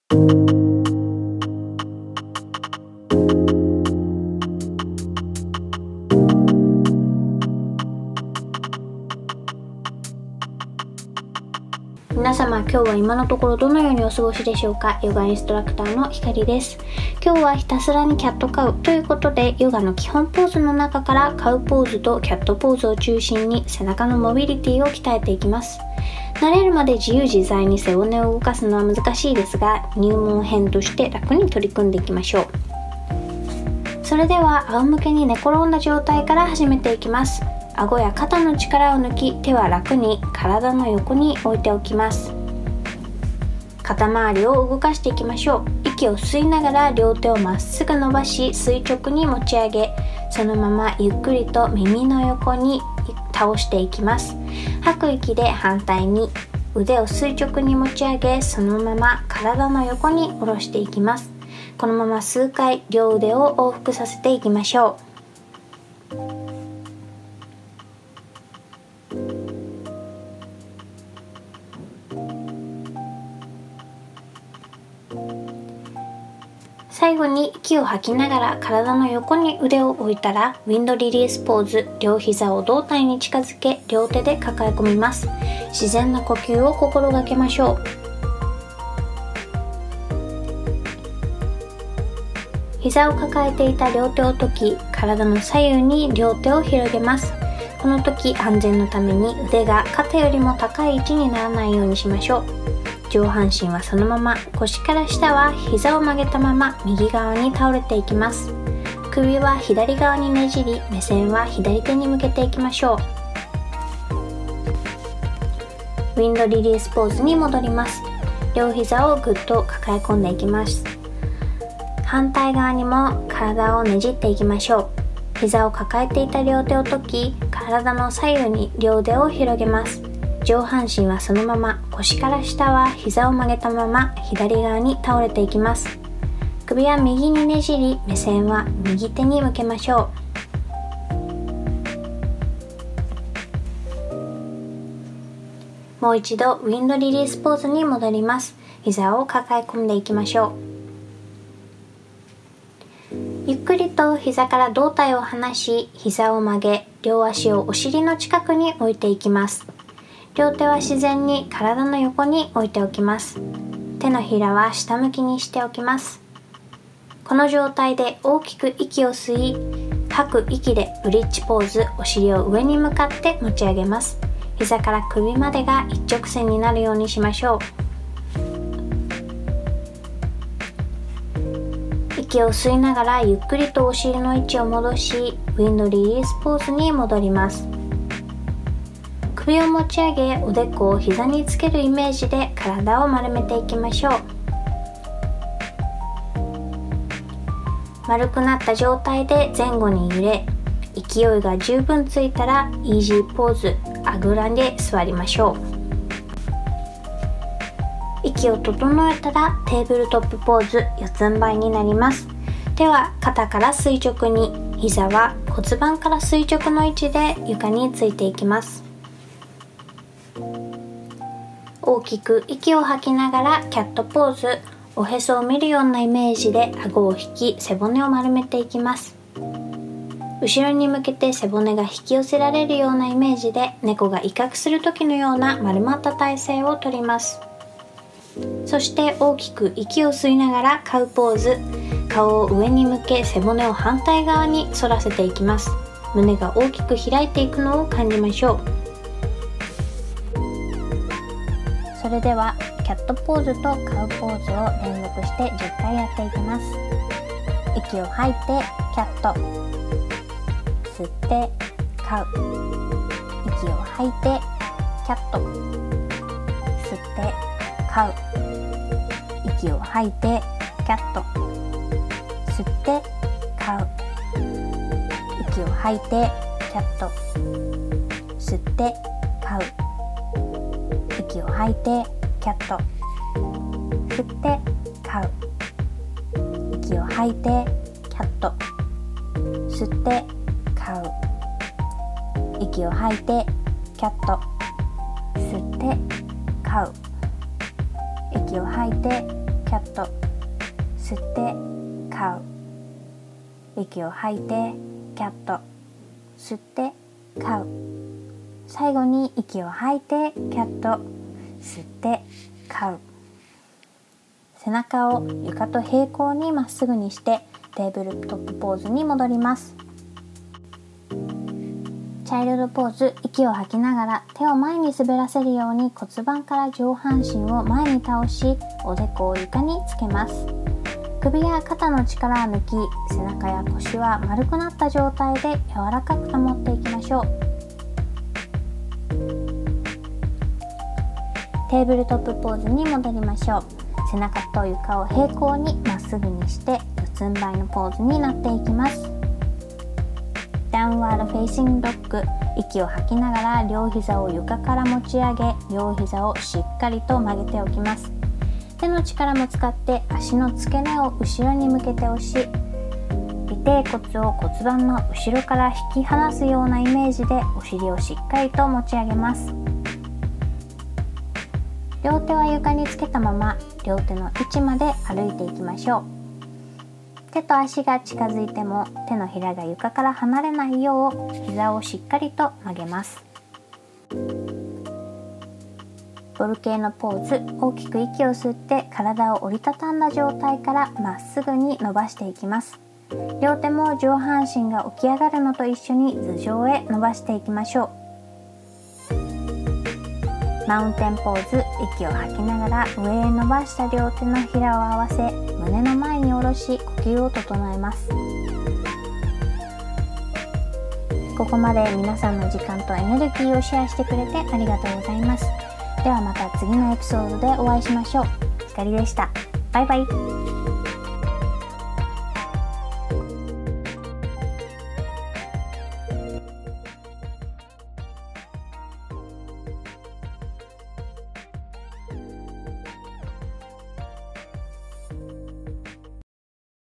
皆様、今日は今のところどのようにお過ごしでしょうか。ヨガインストラクターのひかりです。今日はひたすらにキャットカウということで、ヨガの基本ポーズの中からカウポーズとキャットポーズを中心に背中のモビリティを鍛えていきます。慣れるまで自由自在に背骨を動かすのは難しいですが、入門編として楽に取り組んでいきましょう。それでは仰向けに寝転んだ状態から始めていきます。顎や肩の力を抜き、手は楽に体の横に置いておきます。肩周りを動かしていきましょう。息を吸いながら両手をまっすぐ伸ばし、垂直に持ち上げ、そのままゆっくりと耳の横に倒していきます。吐く息で反対に腕を垂直に持ち上げ、そのまま体の横に下ろしていきます。このまま数回両腕を往復させていきましょう。最後に息を吐きながら体の横に腕を置いたら、ウィンドリリースポーズ、両膝を胴体に近づけ、両手で抱え込みます。自然な呼吸を心がけましょう。膝を抱えていた両手を解き、体の左右に両手を広げます。この時、安全のために腕が肩よりも高い位置にならないようにしましょう。上半身はそのまま、腰から下は膝を曲げたまま右側に倒れていきます。首は左側にねじり、目線は左手に向けていきましょう。ウィンドリリースポーズに戻ります。両膝をぐっと抱え込んでいきます。反対側にも体をねじっていきましょう。膝を抱えていた両手を解き、体の左右に両腕を広げます。上半身はそのまま、腰から下は膝を曲げたまま左側に倒れていきます。首は右にねじり、目線は右手に向けましょう。もう一度ウィンドリリースポーズに戻ります。膝を抱え込んでいきましょう。ゆっくりと膝から胴体を離し、膝を曲げ、両足をお尻の近くに置いていきます。両手は自然に体の横に置いておきます。手のひらは下向きにしておきます。この状態で大きく息を吸い、吐く息でブリッジポーズ、お尻を上に向かって持ち上げます。膝から首までが一直線になるようにしましょう。息を吸いながらゆっくりとお尻の位置を戻し、ウィンドリリースポーズに戻ります。首を持ち上げ、おでこを膝につけるイメージで体を丸めていきましょう。丸くなった状態で前後に揺れ、勢いが十分ついたらイージーポーズ、あぐらで座りましょう。息を整えたらテーブルトップポーズ、四つん這いになります。手は肩から垂直に、膝は骨盤から垂直の位置で床についていきます。大きく息を吐きながらキャットポーズ、おへそを見るようなイメージで顎を引き、背骨を丸めていきます。後ろに向けて背骨が引き寄せられるようなイメージで、猫が威嚇する時のような丸まった体勢をとります。そして大きく息を吸いながらカウポーズ、顔を上に向け背骨を反対側に反らせていきます。胸が大きく開いていくのを感じましょう。それではキャットポーズとカウポーズを連続して10回やっていきます。息を吐いてキャット、吸ってカウ、息を吐いてキャット、吸ってカウ、息を吐いてキャット、吸ってカウ、息を吐いてキャット、吸ってカウ、息を吐いてキャット、吸ってカウ、息を吐いてキャット、吸ってカウ、息を吐いてキャット、吸ってカウ、息を吐いてキキャット。吸ってカウ。息を吐いてキャット。吸ってカウ。最後に息を吐いてキャット。吸ってカウ。背中を床と平行にまっすぐにしてテーブルトップポーズに戻ります。チャイルドポーズ。息を吐きながら手を前に滑らせるように骨盤から上半身を前に倒し、おでこを床につけます。首や肩の力を抜き、背中や腰は丸くなった状態で柔らかく保っていきましょう。テーブルトップポーズに戻りましょう。背中と床を平行にまっすぐにして四つん這いのポーズになっていきます。ダウンワードフェイシングドッグ。息を吐きながら両膝を床から持ち上げ、両膝をしっかりと曲げておきます。手の力も使って足の付け根を後ろに向けて押し、尾てい骨を骨盤の後ろから引き離すようなイメージでお尻をしっかりと持ち上げます。両手は床につけたまま両手の位置まで歩いていきましょう。手と足が近づいても手のひらが床から離れないよう膝をしっかりと曲げます。ボルケーノポーズ。大きく息を吸って体を折りたたんだ状態からまっすぐに伸ばしていきます。両手も上半身が起き上がるのと一緒に頭上へ伸ばしていきましょう。マウンテンポーズ。息を吐きながら上へ伸ばした両手のひらを合わせ、胸の前に下ろし呼吸を整えます。ここまで皆さんの時間とエネルギーをシェアしてくれてありがとうございます。ではまた次のエピソードでお会いしましょう。ひかりでした。バイバイ。